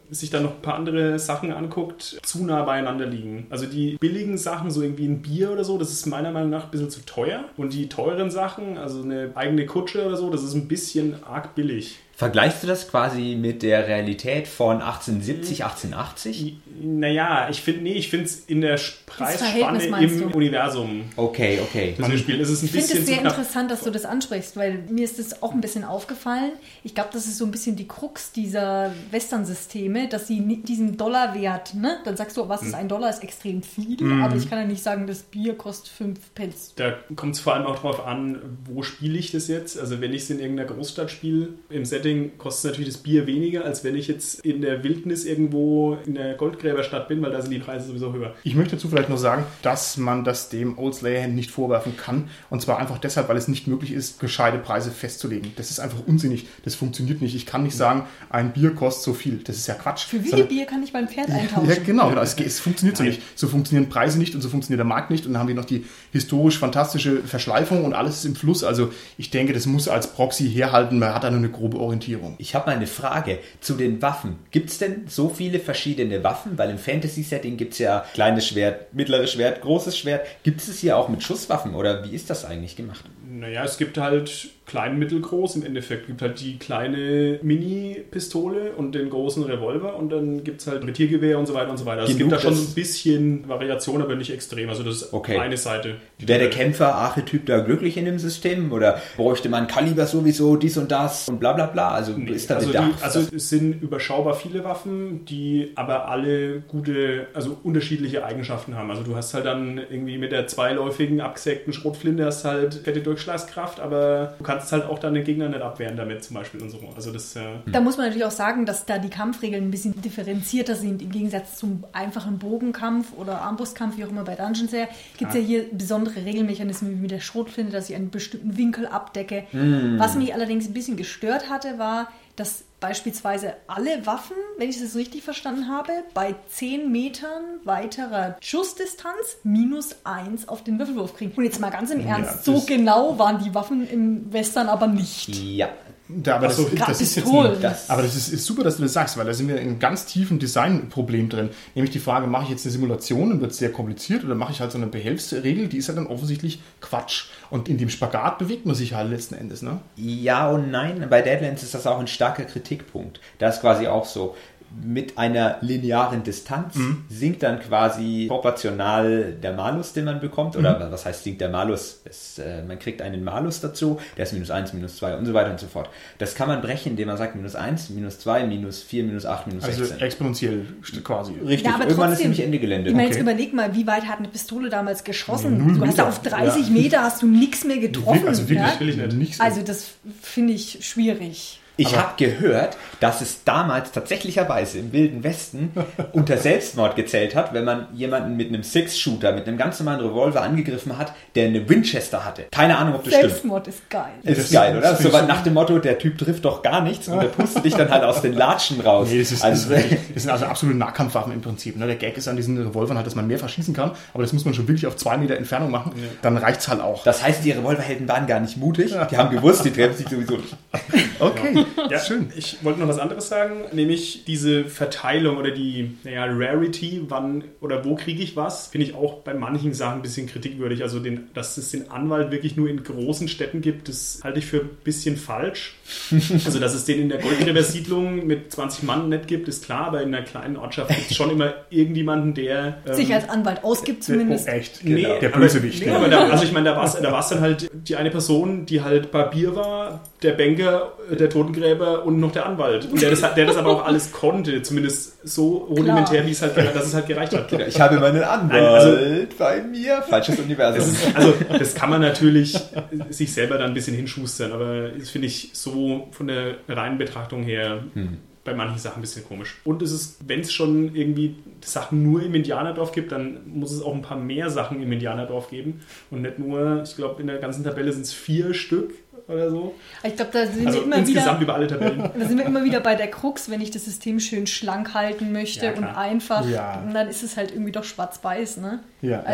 sich dann noch ein paar andere Sachen anguckt, zu nah beieinander liegen. Also die billigen Sachen, so irgendwie ein Bier oder so, das ist meiner Meinung nach ein bisschen zu teuer. Und die teuren Sachen, also eine eigene Kutsche oder so, das ist ein bisschen arg billig. Vergleichst du das quasi mit der Realität von achtzehnhundertsiebzig, achtzehnhundertachtzig? Naja, ich finde nee, ich finde es in der Preisspanne Verhältnis, im du? Universum. Okay, okay. Das wir spielen. Es ist ein Ich finde bisschen es sehr zu knapp. interessant, dass du das ansprichst, weil mir ist das auch ein bisschen aufgefallen. Ich glaube, das ist so ein bisschen die Krux dieser Western-Systeme, dass sie ni- diesen Dollarwert, ne? Dann sagst du, was ist ein Dollar, ist extrem viel, Mhm. aber ich kann ja nicht sagen, das Bier kostet fünf Pence. Da kommt es vor allem auch drauf an, wo spiele ich das jetzt. Also wenn ich es in irgendeiner Großstadt spiele, im Setting kostet natürlich das Bier weniger, als wenn ich jetzt in der Wildnis irgendwo in der Goldgräberstadt bin, weil da sind die Preise sowieso höher. Ich möchte dazu vielleicht noch sagen, dass man das dem Old Slayer Hand nicht vorwerfen kann. Und zwar einfach deshalb, weil es nicht möglich ist, gescheite Preise festzulegen. Das ist einfach unsinnig. Das funktioniert nicht. Ich kann nicht sagen, ein Bier kostet so viel. Das ist ja Quatsch. Für wie viel Sondern- Bier kann ich beim Pferd eintauschen? Ja, genau. Es, es funktioniert so nicht. So funktionieren Preise nicht und so funktioniert der Markt nicht. Und dann haben wir noch die historisch fantastische Verschleifung und alles ist im Fluss. Also ich denke, das muss als Proxy herhalten. Man hat da nur eine grobe Orientierung. Ich habe mal eine Frage zu den Waffen. Gibt es denn so viele verschiedene Waffen? Weil im Fantasy-Setting gibt es ja kleines Schwert, mittleres Schwert, großes Schwert. Gibt es es hier auch mit Schusswaffen oder wie ist das eigentlich gemacht? Naja, es gibt halt klein, mittel, groß im Endeffekt. Es gibt halt die kleine Mini-Pistole und den großen Revolver und dann gibt es halt Rettiergewehr und so weiter und so weiter. Also es Genug, gibt da schon das- ein bisschen Variation, aber nicht extrem. Also das ist Okay. eine Seite. Wäre der Kämpfer-Archetyp da glücklich in dem System? Oder bräuchte man Kaliber sowieso, dies und das und bla bla bla? Also Nee, ist da also, Bedarf? die, also es sind überschaubar viele Waffen, die aber alle gute, also unterschiedliche Eigenschaften haben. Also du hast halt dann irgendwie mit der zweiläufigen, abgesägten Schrotflinte hast halt fette Durchschlagskraft, aber du kannst halt auch dann den Gegner nicht abwehren damit zum Beispiel und so. Also das äh, Da muss man natürlich auch sagen, dass da die Kampfregeln ein bisschen differenzierter sind. Im Gegensatz zum einfachen Bogenkampf oder Armbrustkampf, wie auch immer bei Dungeons her, gibt es ja hier besondere Regelmechanismen wie mit der Schrotflinte, dass ich einen bestimmten Winkel abdecke. Was mich allerdings ein bisschen gestört hatte, war, dass beispielsweise alle Waffen, wenn ich das richtig verstanden habe, bei zehn Metern weiterer Schussdistanz minus eins auf den Würfelwurf kriegen. Und jetzt mal ganz im Ernst, das- so genau waren die Waffen im Western aber nicht. ja. Da, aber, Ach so, das, gerade das ist jetzt Pistolen. ein, das, aber das ist, ist super, dass du das sagst, weil da sind wir in einem ganz tiefen Designproblem drin. Nämlich die Frage, mache ich jetzt eine Simulation und wird es sehr kompliziert oder mache ich halt so eine Behelfsregel, die ist halt dann offensichtlich Quatsch. Und in dem Spagat bewegt man sich halt letzten Endes, ne? Ja und nein. Bei Deadlands ist das auch ein starker Kritikpunkt. Da ist quasi auch so, mit einer linearen Distanz Mhm. sinkt dann quasi proportional der Malus, den man bekommt. Oder was heißt sinkt der Malus? Es, äh, man kriegt einen Malus dazu, der ist minus eins, minus zwei und so weiter und so fort. Das kann man brechen, indem man sagt minus eins, minus zwei, minus vier, minus acht, minus Also sechzehn. exponentiell quasi. Richtig, Ja, aber irgendwann ist trotzdem, nämlich Ende Gelände. Ich meine, jetzt Okay. überleg mal, wie weit hat eine Pistole damals geschossen? Null Du hast ja Meter. auf dreißig Ja. Meter hast du nichts mehr getroffen. Also wirklich, ja? will ich nicht. nicht so. Also das finde ich schwierig. Ich habe gehört, dass es damals tatsächlicherweise im Wilden Westen unter Selbstmord gezählt hat, wenn man jemanden mit einem Six-Shooter, mit einem ganz normalen Revolver angegriffen hat, der eine Winchester hatte. Keine Ahnung, ob das stimmt. Selbstmord ist geil. Ist Das- geil, oder? das So finde ich nach dem Motto, der Typ trifft doch gar nichts und der pustet dich dann halt aus den Latschen raus. Nee, das, ist, also, das, ist wirklich, das sind also absolute Nahkampfwaffen im Prinzip. Ne? Der Gag ist an diesen Revolvern halt, dass man mehrfach schießen kann, aber das muss man schon wirklich auf zwei Meter Entfernung machen. Dann reicht's halt auch. das heißt, die Revolverhelden waren gar nicht mutig. Die haben gewusst, die treffen sich sowieso nicht. Okay, Ja, schön. Ich wollte noch was anderes sagen, nämlich diese Verteilung oder die naja, Rarity, wann oder wo kriege ich was, finde ich auch bei manchen Sachen ein bisschen kritikwürdig. Also, den, dass es den Anwalt wirklich nur in großen Städten gibt, das halte ich für ein bisschen falsch. Also, dass es den in der Goldgräber-Siedlung mit zwanzig Mann nicht gibt, ist klar, aber in einer kleinen Ortschaft gibt es schon immer irgendjemanden, der... ähm, Sich als Anwalt ausgibt zumindest. Oh, echt. Nee, Der aber- Bösewicht. Nee, aber da, also ich meine, da war es da war's dann halt die eine Person, die halt Barbier war, der Banker, der Totengräber und noch der Anwalt. Und der das, der das aber auch alles konnte, zumindest so rudimentär, wie es halt, dass es halt gereicht hat. Ich habe meinen Anwalt also- bei mir. Falsches Das Universum. ist, also das kann man natürlich sich selber dann ein bisschen hinschustern, aber das finde ich so von der reinen Betrachtung her bei manchen Sachen ein bisschen komisch. Und es ist, wenn es schon irgendwie Sachen nur im Indianerdorf gibt, dann muss es auch ein paar mehr Sachen im Indianerdorf geben und nicht nur, ich glaube in der ganzen Tabelle sind es vier Stück oder so. Ich glaube, da sind Also wir immer insgesamt wieder... über alle Tabellen. Da sind wir immer wieder bei der Krux, wenn ich das System schön schlank halten möchte Ja, und klar. einfach, Ja. dann ist es halt irgendwie doch schwarz-weiß, ne? Ja. Also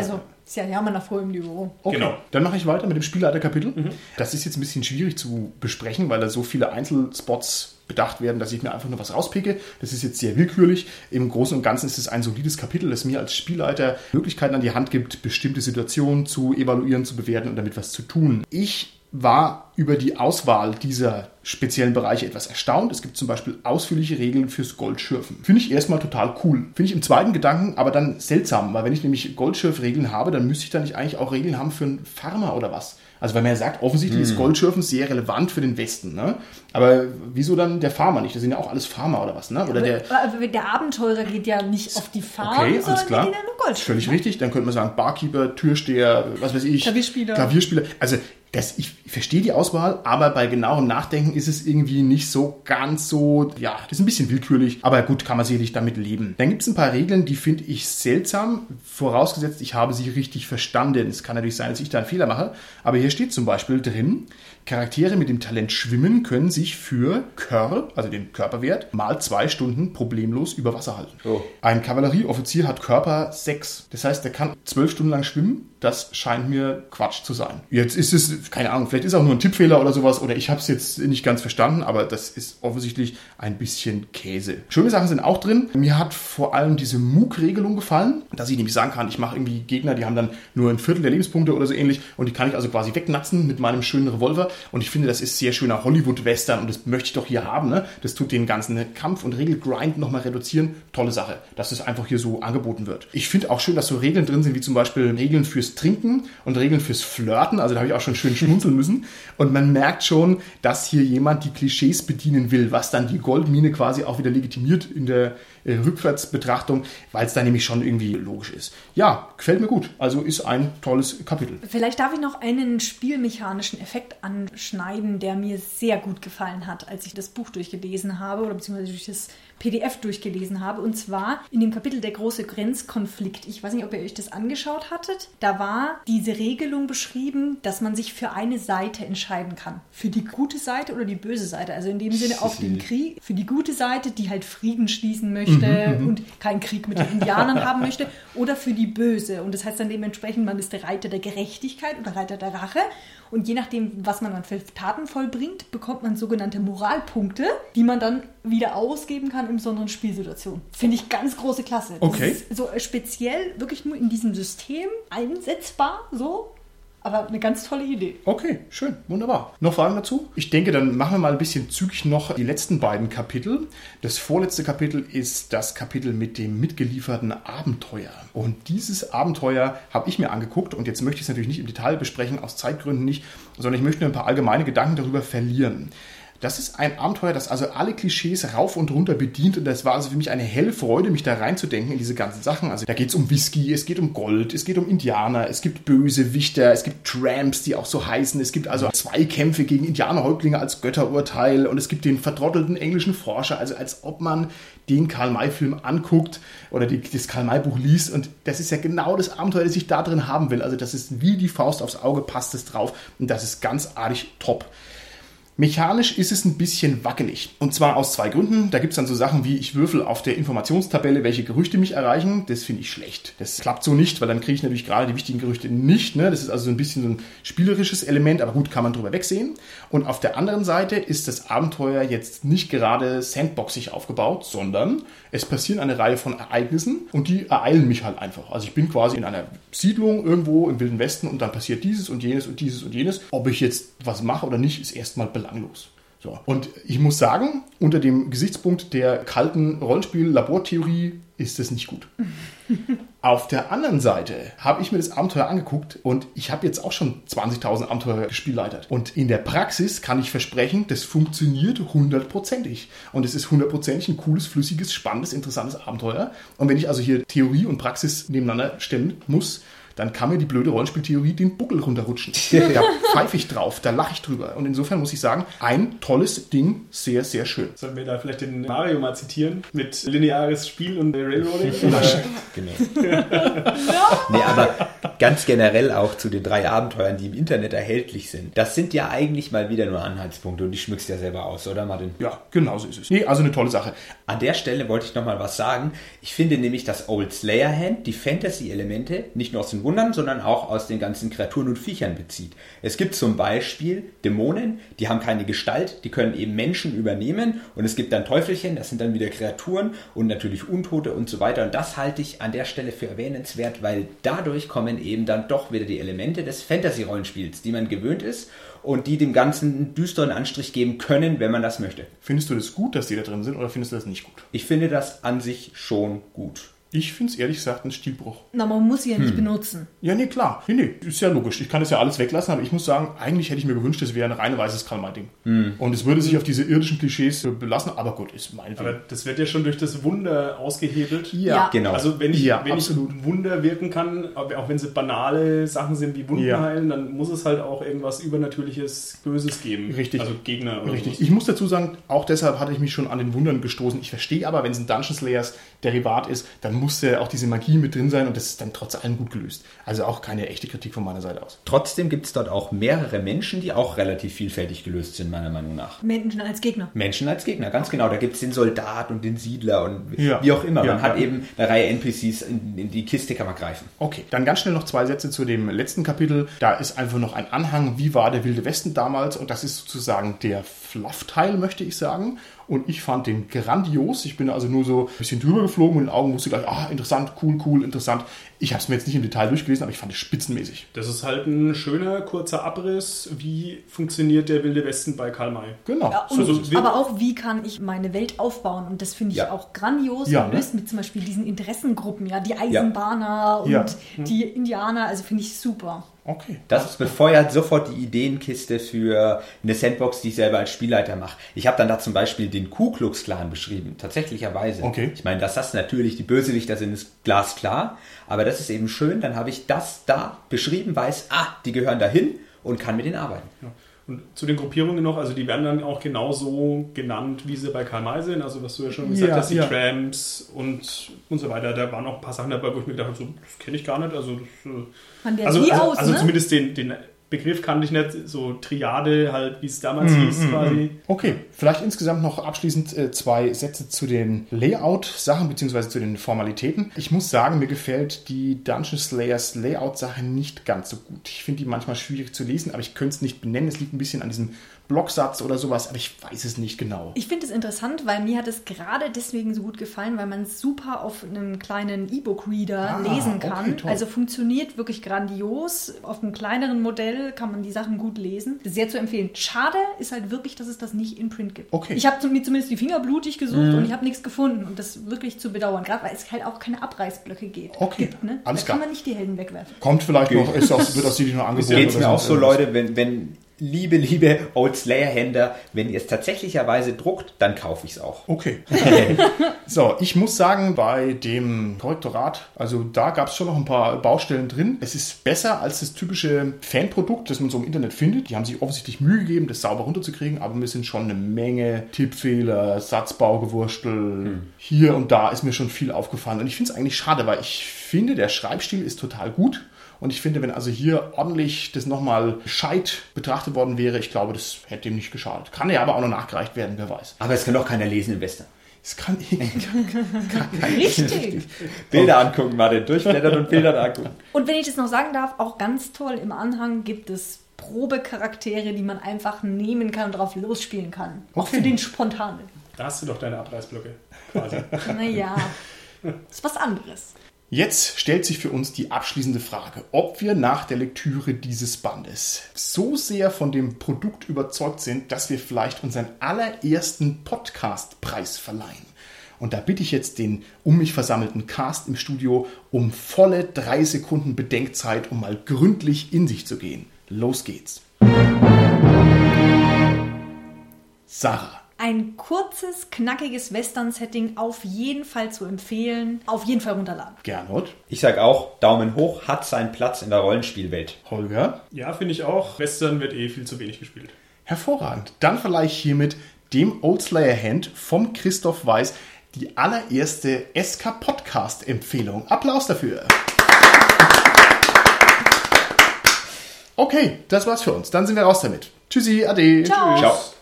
Ist ja Hermann auf hohem Niveau. Okay. Genau. Dann mache ich weiter mit dem Spielleiterkapitel. Mhm. Das ist jetzt ein bisschen schwierig zu besprechen, weil da so viele Einzelspots bedacht werden, dass ich mir einfach nur was rauspicke. Das ist jetzt sehr willkürlich. Im Großen und Ganzen ist es ein solides Kapitel, das mir als Spielleiter Möglichkeiten an die Hand gibt, bestimmte Situationen zu evaluieren, zu bewerten und damit was zu tun. Ich war über die Auswahl dieser speziellen Bereiche etwas erstaunt. Es gibt zum Beispiel ausführliche Regeln fürs Goldschürfen. Finde ich erstmal total cool. Finde ich im zweiten Gedanken aber dann seltsam, weil wenn ich nämlich Goldschürfregeln habe, dann müsste ich da nicht eigentlich auch Regeln haben für einen Farmer oder was? Also weil man ja sagt, offensichtlich hm. ist Goldschürfen sehr relevant für den Westen. Ne? Aber wieso dann der Farmer nicht? Das sind ja auch alles Farmer oder was? Ne? Oder aber, der, aber der Abenteurer geht ja nicht auf die Farm, okay, sondern klar. geht ja nur Goldschürfen. Völlig richtig. Dann könnte man sagen, Barkeeper, Türsteher, was weiß ich. Klavierspieler. Klavierspieler. Also das, ich verstehe die Auswahl, aber bei genauem Nachdenken ist es irgendwie nicht so ganz so, ja, das ist ein bisschen willkürlich, aber gut, kann man sicherlich damit leben. Dann gibt es ein paar Regeln, die finde ich seltsam, vorausgesetzt, ich habe sie richtig verstanden. Es kann natürlich sein, dass ich da einen Fehler mache, aber hier steht zum Beispiel drin, Charaktere mit dem Talent Schwimmen können sich für Curl, also den Körperwert, mal zwei Stunden problemlos über Wasser halten. Oh. Ein Kavallerieoffizier hat Körper sechs. Das heißt, der kann zwölf Stunden lang schwimmen. Das scheint mir Quatsch zu sein. Jetzt ist es, keine Ahnung, vielleicht ist auch nur ein Tippfehler oder sowas oder ich habe es jetzt nicht ganz verstanden, aber das ist offensichtlich ein bisschen Käse. Schöne Sachen sind auch drin. Mir hat vor allem diese M O O-Regelung gefallen, dass ich nämlich sagen kann, ich mache irgendwie Gegner, die haben dann nur ein Viertel der Lebenspunkte oder so ähnlich und die kann ich also quasi wegnatzen mit meinem schönen Revolver und ich finde, das ist sehr schöner Hollywood-Western und das möchte ich doch hier haben. Ne? Das tut den ganzen Kampf- und Regelgrind nochmal reduzieren. Tolle Sache, dass das einfach hier so angeboten wird. Ich finde auch schön, dass so Regeln drin sind, wie zum Beispiel Regeln fürs Trinken und Regeln fürs Flirten. Also da habe ich auch schon schön schmunzeln müssen. Und man merkt schon, dass hier jemand die Klischees bedienen will, was dann die Goldmine quasi auch wieder legitimiert in der äh, Rückwärtsbetrachtung, weil es da nämlich schon irgendwie logisch ist. Ja, gefällt mir gut. Also ist ein tolles Kapitel. Vielleicht darf ich noch einen spielmechanischen Effekt anschneiden, der mir sehr gut gefallen hat, als ich das Buch durchgelesen habe oder beziehungsweise durch das P D F durchgelesen habe. Und zwar in dem Kapitel der große Grenzkonflikt. Ich weiß nicht, ob ihr euch das angeschaut hattet. Da war diese Regelung beschrieben, dass man sich für eine Seite entscheiden kann. Für die gute Seite oder die böse Seite. Also in dem Sinne auf den Krieg. Für die gute Seite, die halt Frieden schließen möchte mhm, und keinen Krieg mit den Indianern haben möchte. Oder für die böse. Und das heißt dann dementsprechend, man ist der Reiter der Gerechtigkeit oder Reiter der Rache. Und je nachdem, was man dann für Taten vollbringt, bekommt man sogenannte Moralpunkte, die man dann wieder ausgeben kann in besonderen Spielsituationen. Finde ich ganz große Klasse. Das okay. ist so speziell wirklich nur in diesem System einsetzbar, so. Aber eine ganz tolle Idee. Okay, schön, wunderbar. Noch Fragen dazu? Ich denke, dann machen wir mal ein bisschen zügig noch die letzten beiden Kapitel. Das vorletzte Kapitel ist das Kapitel mit dem mitgelieferten Abenteuer. Und dieses Abenteuer habe ich mir angeguckt und jetzt möchte ich es natürlich nicht im Detail besprechen, aus Zeitgründen nicht, sondern ich möchte nur ein paar allgemeine Gedanken darüber verlieren. Das ist ein Abenteuer, das also alle Klischees rauf und runter bedient und das war also für mich eine helle Freude, mich da reinzudenken in diese ganzen Sachen. Also da geht es um Whisky, es geht um Gold, es geht um Indianer, es gibt Bösewichter, es gibt Tramps, die auch so heißen, es gibt also Zweikämpfe gegen Indianerhäuptlinge als Götterurteil und es gibt den vertrottelten englischen Forscher, also als ob man den Karl-May-Film anguckt oder die, das Karl-May-Buch liest und das ist ja genau das Abenteuer, das ich da drin haben will. Also das ist wie die Faust aufs Auge, passt es drauf und das ist ganz artig top. Mechanisch ist es ein bisschen wackelig. Und zwar aus zwei Gründen. Da gibt es dann so Sachen wie, ich würfel auf der Informationstabelle, welche Gerüchte mich erreichen. Das finde ich schlecht. Das klappt so nicht, weil dann kriege ich natürlich gerade die wichtigen Gerüchte nicht. Ne? Das ist also so ein bisschen so ein spielerisches Element, aber gut, kann man drüber wegsehen. Und auf der anderen Seite ist das Abenteuer jetzt nicht gerade sandboxig aufgebaut, sondern es passieren eine Reihe von Ereignissen und die ereilen mich halt einfach. Also ich bin quasi in einer Siedlung irgendwo im Wilden Westen und dann passiert dieses und jenes und dieses und jenes. Ob ich jetzt was mache oder nicht, ist erstmal belanglos. So. Und ich muss sagen, unter dem Gesichtspunkt der kalten Rollenspiel-Labortheorie ist es nicht gut. Auf der anderen Seite habe ich mir das Abenteuer angeguckt und ich habe jetzt auch schon zwanzigtausend Abenteuer gespielleitet. Und in der Praxis kann ich versprechen, das funktioniert hundertprozentig. Und es ist hundertprozentig ein cooles, flüssiges, spannendes, interessantes Abenteuer. Und wenn ich also hier Theorie und Praxis nebeneinander stellen muss, dann kann mir die blöde Rollenspieltheorie den Buckel runterrutschen. Da pfeife ich drauf, da lache ich drüber. Und insofern muss ich sagen, ein tolles Ding, sehr, sehr schön. Sollen wir da vielleicht den Mario mal zitieren? Mit lineares Spiel und Railroading? Genau. Nee, aber ganz generell auch zu den drei Abenteuern, die im Internet erhältlich sind. Das sind ja eigentlich mal wieder nur Anhaltspunkte und die schmückst ja selber aus, oder Martin? Ja, genau so ist es. Nee, also eine tolle Sache. An der Stelle wollte ich noch mal was sagen. Ich finde nämlich, dass Old Slayer Hand die Fantasy-Elemente nicht nur aus den Wundern, sondern auch aus den ganzen Kreaturen und Viechern bezieht. Es gibt zum Beispiel Dämonen, die haben keine Gestalt, die können eben Menschen übernehmen und es gibt dann Teufelchen, das sind dann wieder Kreaturen und natürlich Untote und so weiter. Und das halte ich an der Stelle für erwähnenswert, weil dadurch kommen eben dann doch wieder die Elemente des Fantasy-Rollenspiels, die man gewöhnt ist und die dem Ganzen einen düsteren Anstrich geben können, wenn man das möchte. Findest du das gut, dass die da drin sind, oder findest du das nicht gut? Ich finde das an sich schon gut. Ich finde es ehrlich gesagt ein Stilbruch. Na, man muss sie ja nicht hm. benutzen. Ja, nee, klar. Nee, nee, ist ja logisch. Ich kann das ja alles weglassen, aber ich muss sagen, eigentlich hätte ich mir gewünscht, das wäre ein rein weißes Karl-May-Ding. Hm. Und es würde sich auf diese irdischen Klischees belassen, aber gut, ist mein Weg. Aber das wird ja schon durch das Wunder ausgehebelt. Ja, ja. Genau. Also wenn ich, ja, wenn ich Wunder wirken kann, auch wenn sie banale Sachen sind wie Wunden ja. heilen, dann muss es halt auch irgendwas Übernatürliches, Böses geben. Richtig. Also Gegner oder Richtig. sowas. Ich muss dazu sagen, auch deshalb hatte ich mich schon an den Wundern gestoßen. Ich verstehe aber, wenn es ein Dungeon Slayers Derivat ist, dann muss ja auch diese Magie mit drin sein und das ist dann trotz allem gut gelöst. Also auch keine echte Kritik von meiner Seite aus. Trotzdem gibt es dort auch mehrere Menschen, die auch relativ vielfältig gelöst sind, meiner Meinung nach. Menschen als Gegner. Menschen als Gegner, ganz genau. Da gibt es den Soldat und den Siedler und ja. wie auch immer. Ja, Man hat ja. eben eine Reihe N P Cs, in, in die Kiste kann man greifen. Okay, dann ganz schnell noch zwei Sätze zu dem letzten Kapitel. Da ist einfach noch ein Anhang, wie war der Wilde Westen damals, und das ist sozusagen der Fluff-Teil, möchte ich sagen. Und ich fand den grandios. Ich bin also nur so ein bisschen drüber geflogen und in den Augen wusste gleich, ah, interessant, cool, cool, interessant. Ich habe es mir jetzt nicht im Detail durchgelesen, aber ich fand es spitzenmäßig. Das ist halt ein schöner, kurzer Abriss, wie funktioniert der Wilde Westen bei Karl-May. Genau. Ja, und, also, aber auch, wie kann ich meine Welt aufbauen? Und das finde ich ja. auch grandios ja, gelöst ne? mit zum Beispiel diesen Interessengruppen, ja, die Eisenbahner ja. und ja. die Indianer, also finde ich super. Okay. Das befeuert sofort die Ideenkiste für eine Sandbox, die ich selber als Spielleiter mache. Ich habe dann da zum Beispiel den Ku Klux Klan beschrieben, tatsächlicherweise. Okay. Ich meine, dass das natürlich die Bösewichter sind, ist glasklar, aber das ist eben schön, dann habe ich das da beschrieben, weiß, ah, die gehören dahin und kann mit denen arbeiten. Ja. Und zu den Gruppierungen noch, also die werden dann auch genauso genannt, wie sie bei Karl-May sind, also was du ja schon gesagt ja, hast, die ja. Tramps und, und so weiter. Da waren noch ein paar Sachen dabei, wo ich mir gedacht habe, so, das kenne ich gar nicht. Also, das, Man der also, nie also, aus, also ne? zumindest den, den Begriff kannte ich nicht, so Triade halt, wie es damals mm, hieß mm, quasi. Okay, vielleicht insgesamt noch abschließend äh, zwei Sätze zu den Layout-Sachen beziehungsweise zu den Formalitäten. Ich muss sagen, mir gefällt die Dungeon Slayers Layout-Sache nicht ganz so gut. Ich finde die manchmal schwierig zu lesen, aber ich könnte es nicht benennen. Es liegt ein bisschen an diesem Blocksatz oder sowas, aber ich weiß es nicht genau. Ich finde es interessant, weil mir hat es gerade deswegen so gut gefallen, weil man es super auf einem kleinen E-Book-Reader Ah, lesen kann. okay, toll. Also funktioniert wirklich grandios. Auf einem kleineren Modell kann man die Sachen gut lesen. Sehr zu empfehlen. Schade ist halt wirklich, dass es das nicht in Print gibt. Okay. Ich habe mir zumindest die Finger blutig gesucht mhm. und ich habe nichts gefunden. Und das ist wirklich zu bedauern. Gerade weil es halt auch keine Abreißblöcke geht. Okay, gibt. Ne? alles da klar. kann man nicht die Helden wegwerfen. Kommt vielleicht noch, ist auch, wird aus noch angeboten. Geht es mir oder auch so, irgendwas. Leute, wenn, wenn liebe, liebe Old Slayer-Händler, wenn ihr es tatsächlicherweise druckt, dann kaufe ich es auch. Okay. So, ich muss sagen, bei dem Korrektorat, also da gab es schon noch ein paar Baustellen drin. Es ist besser als das typische Fanprodukt, das man so im Internet findet. Die haben sich offensichtlich Mühe gegeben, das sauber runterzukriegen, aber mir sind schon eine Menge Tippfehler, Satzbaugewurstel. Hm. Hier und da ist mir schon viel aufgefallen. Und ich finde es eigentlich schade, weil ich finde, der Schreibstil ist total gut. Und ich finde, wenn also hier ordentlich das nochmal gescheit betrachtet worden wäre, ich glaube, das hätte ihm nicht geschadet. Kann ja aber auch noch nachgereicht werden, wer weiß. Aber es kann doch keiner lesen im Westen. Es kann Richtig. Bilder angucken, Martin. Durchblättern und Bilder angucken. Und wenn ich das noch sagen darf, auch ganz toll, im Anhang gibt es Probecharaktere, die man einfach nehmen kann und drauf losspielen kann. Auch Okay. für den Spontanen. Da hast du doch deine Abreißblöcke quasi. Naja, ist was anderes. Jetzt stellt sich für uns die abschließende Frage, ob wir nach der Lektüre dieses Bandes so sehr von dem Produkt überzeugt sind, dass wir vielleicht unseren allerersten Podcast-Preis verleihen. Und da bitte ich jetzt den um mich versammelten Cast im Studio um volle drei Sekunden Bedenkzeit, um mal gründlich in sich zu gehen. Los geht's. Sarah. Ein kurzes, knackiges Western-Setting auf jeden Fall zu empfehlen. Auf jeden Fall runterladen. Gernot. Ich sage auch, Daumen hoch, hat seinen Platz in der Rollenspielwelt. Holger. Ja, finde ich auch. Western wird eh viel zu wenig gespielt. Hervorragend. Dann vielleicht hiermit dem Old Slayer Hand vom Christoph Weiß die allererste S K-Podcast-Empfehlung. Applaus dafür. Okay, das war's für uns. Dann sind wir raus damit. Tschüssi, ade. Ciao. Ciao.